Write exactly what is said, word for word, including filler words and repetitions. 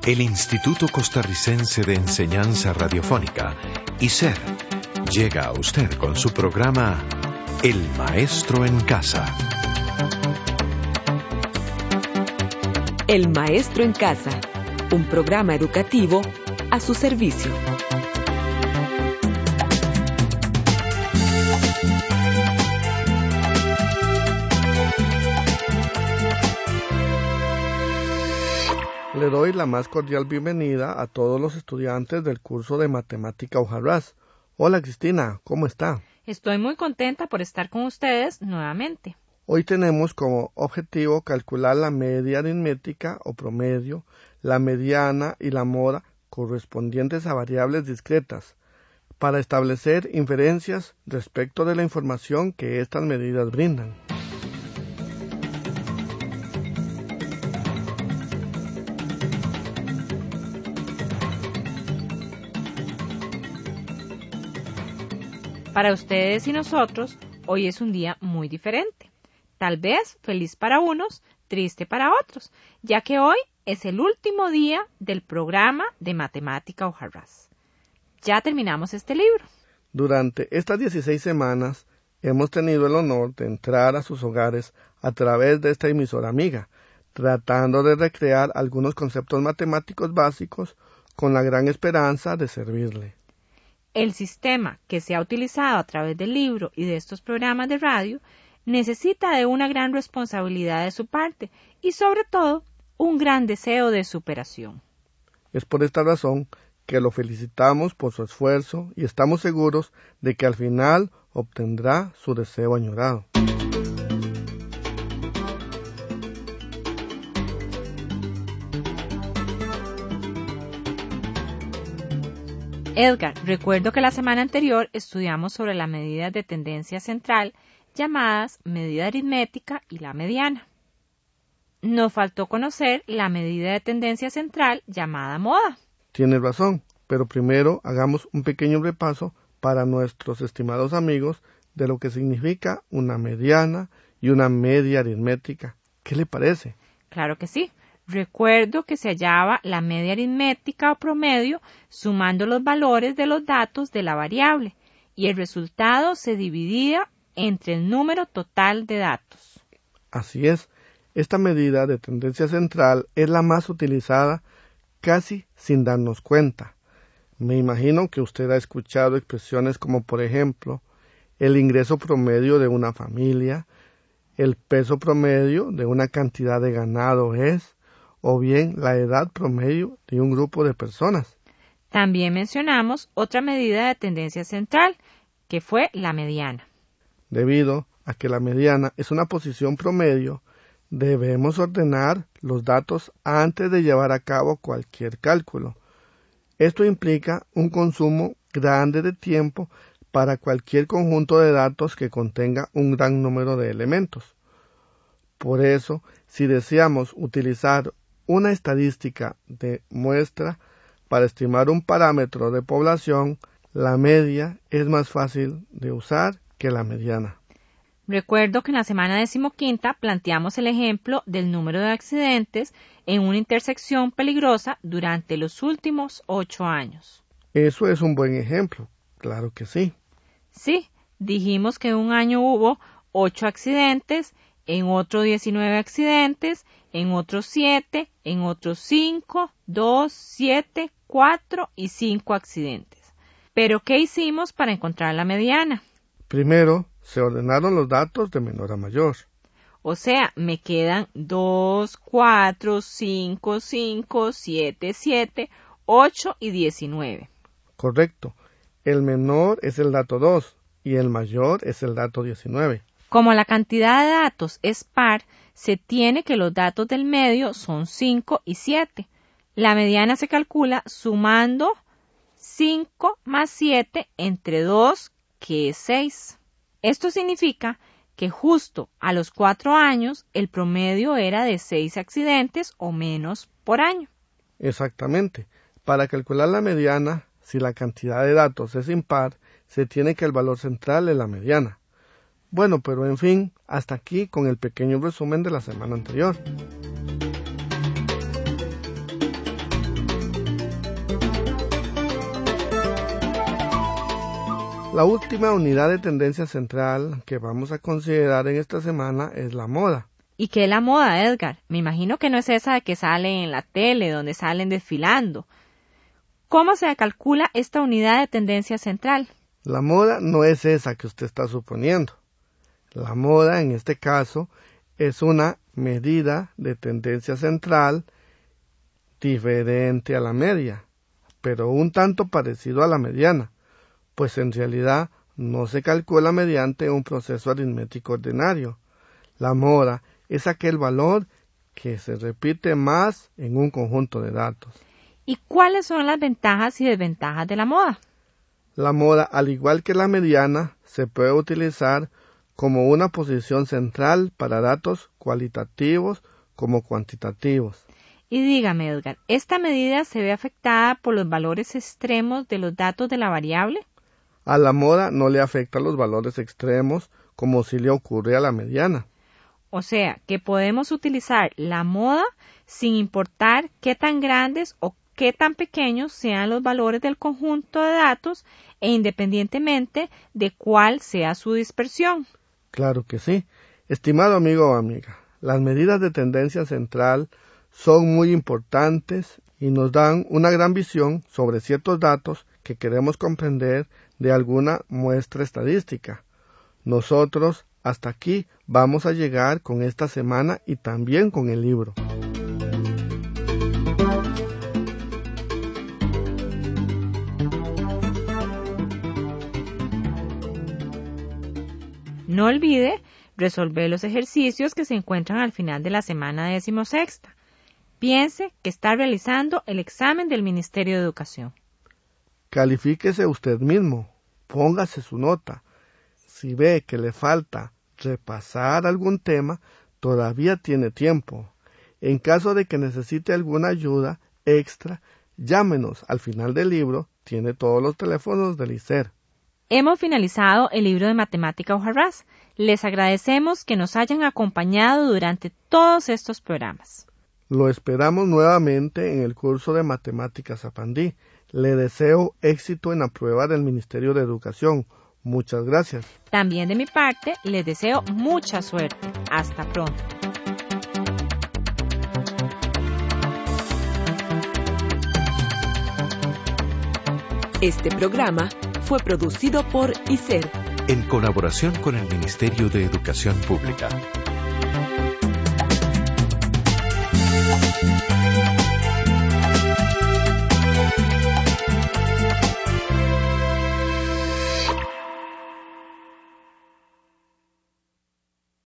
El Instituto Costarricense de Enseñanza Radiofónica, I C E R, llega a usted con su programa El Maestro en Casa. El Maestro en Casa, un programa educativo a su servicio. Le doy la más cordial bienvenida a todos los estudiantes del curso de Matemática Hojarrás. Hola Cristina, ¿cómo está? Estoy muy contenta por estar con ustedes nuevamente. Hoy tenemos como objetivo calcular la media aritmética o promedio, la mediana y la moda correspondientes a variables discretas, para establecer inferencias respecto de la información que estas medidas brindan. Para ustedes y nosotros, hoy es un día muy diferente. Tal vez feliz para unos, triste para otros, ya que hoy es el último día del programa de Matemática Hojarrás. Ya terminamos este libro. Durante estas dieciséis semanas hemos tenido el honor de entrar a sus hogares a través de esta emisora amiga, tratando de recrear algunos conceptos matemáticos básicos con la gran esperanza de servirle. El sistema que se ha utilizado a través del libro y de estos programas de radio necesita de una gran responsabilidad de su parte y sobre todo un gran deseo de superación. Es por esta razón que lo felicitamos por su esfuerzo y estamos seguros de que al final obtendrá su deseo añorado. Edgar, recuerdo que la semana anterior estudiamos sobre las medidas de tendencia central, llamadas medida aritmética y la mediana. Nos faltó conocer la medida de tendencia central llamada moda. Tienes razón, pero primero hagamos un pequeño repaso para nuestros estimados amigos de lo que significa una mediana y una media aritmética. ¿Qué le parece? Claro que sí. Recuerdo que se hallaba la media aritmética o promedio sumando los valores de los datos de la variable y el resultado se dividía entre el número total de datos. Así es, esta medida de tendencia central es la más utilizada casi sin darnos cuenta. Me imagino que usted ha escuchado expresiones como por ejemplo el ingreso promedio de una familia, el peso promedio de una cantidad de ganado es, o bien la edad promedio de un grupo de personas. También mencionamos otra medida de tendencia central, que fue la mediana. Debido a que la mediana es una posición promedio, debemos ordenar los datos antes de llevar a cabo cualquier cálculo. Esto implica un consumo grande de tiempo para cualquier conjunto de datos que contenga un gran número de elementos. Por eso, si deseamos utilizar una estadística de muestra para estimar un parámetro de población, la media es más fácil de usar que la mediana. Recuerdo que en la semana decimoquinta planteamos el ejemplo del número de accidentes en una intersección peligrosa durante los últimos ocho años. Eso es un buen ejemplo, claro que sí. Sí, dijimos que en un año hubo ocho accidentes, en otro diecinueve accidentes, en otros siete, en otros cinco, dos, siete, cuatro y cinco accidentes. ¿Pero qué hicimos para encontrar la mediana? Primero, se ordenaron los datos de menor a mayor. O sea, me quedan dos, cuatro, cinco, cinco, siete, siete, ocho y diecinueve. Correcto. El menor es el dato dos y el mayor es el dato diecinueve. Como la cantidad de datos es par, se tiene que los datos del medio son cinco y siete. La mediana se calcula sumando cinco más siete entre dos, que es seis. Esto significa que justo a los cuatro años el promedio era de seis accidentes o menos por año. Exactamente. Para calcular la mediana, si la cantidad de datos es impar, se tiene que el valor central es la mediana. Bueno, pero en fin, hasta aquí con el pequeño resumen de la semana anterior. La última unidad de tendencia central que vamos a considerar en esta semana es la moda. ¿Y qué es la moda, Edgar? Me imagino que no es esa que sale en la tele, donde salen desfilando. ¿Cómo se calcula esta unidad de tendencia central? La moda no es esa que usted está suponiendo. La moda, en este caso, es una medida de tendencia central diferente a la media, pero un tanto parecido a la mediana, pues en realidad no se calcula mediante un proceso aritmético ordinario. La moda es aquel valor que se repite más en un conjunto de datos. ¿Y cuáles son las ventajas y desventajas de la moda? La moda, al igual que la mediana, se puede utilizar como una posición central para datos cualitativos como cuantitativos. Y dígame, Edgar, ¿esta medida se ve afectada por los valores extremos de los datos de la variable? A la moda no le afecta los valores extremos como si le ocurre a la mediana. O sea, que podemos utilizar la moda sin importar qué tan grandes o qué tan pequeños sean los valores del conjunto de datos e independientemente de cuál sea su dispersión. Claro que sí. Estimado amigo o amiga, las medidas de tendencia central son muy importantes y nos dan una gran visión sobre ciertos datos que queremos comprender de alguna muestra estadística. Nosotros hasta aquí vamos a llegar con esta semana y también con el libro. No olvide resolver los ejercicios que se encuentran al final de la semana decimosexta. Piense que está realizando el examen del Ministerio de Educación. Califíquese usted mismo, póngase su nota. Si ve que le falta repasar algún tema, todavía tiene tiempo. En caso de que necesite alguna ayuda extra, llámenos. Al final del libro tiene todos los teléfonos del I C E R. Hemos finalizado el libro de Matemática Hojarrás. Les agradecemos que nos hayan acompañado durante todos estos programas. Lo esperamos nuevamente en el curso de Matemáticas Zapandí. Le deseo éxito en la prueba del Ministerio de Educación. Muchas gracias. También de mi parte, les deseo mucha suerte. Hasta pronto. Este programa fue producido por I C E R. En colaboración con el Ministerio de Educación Pública.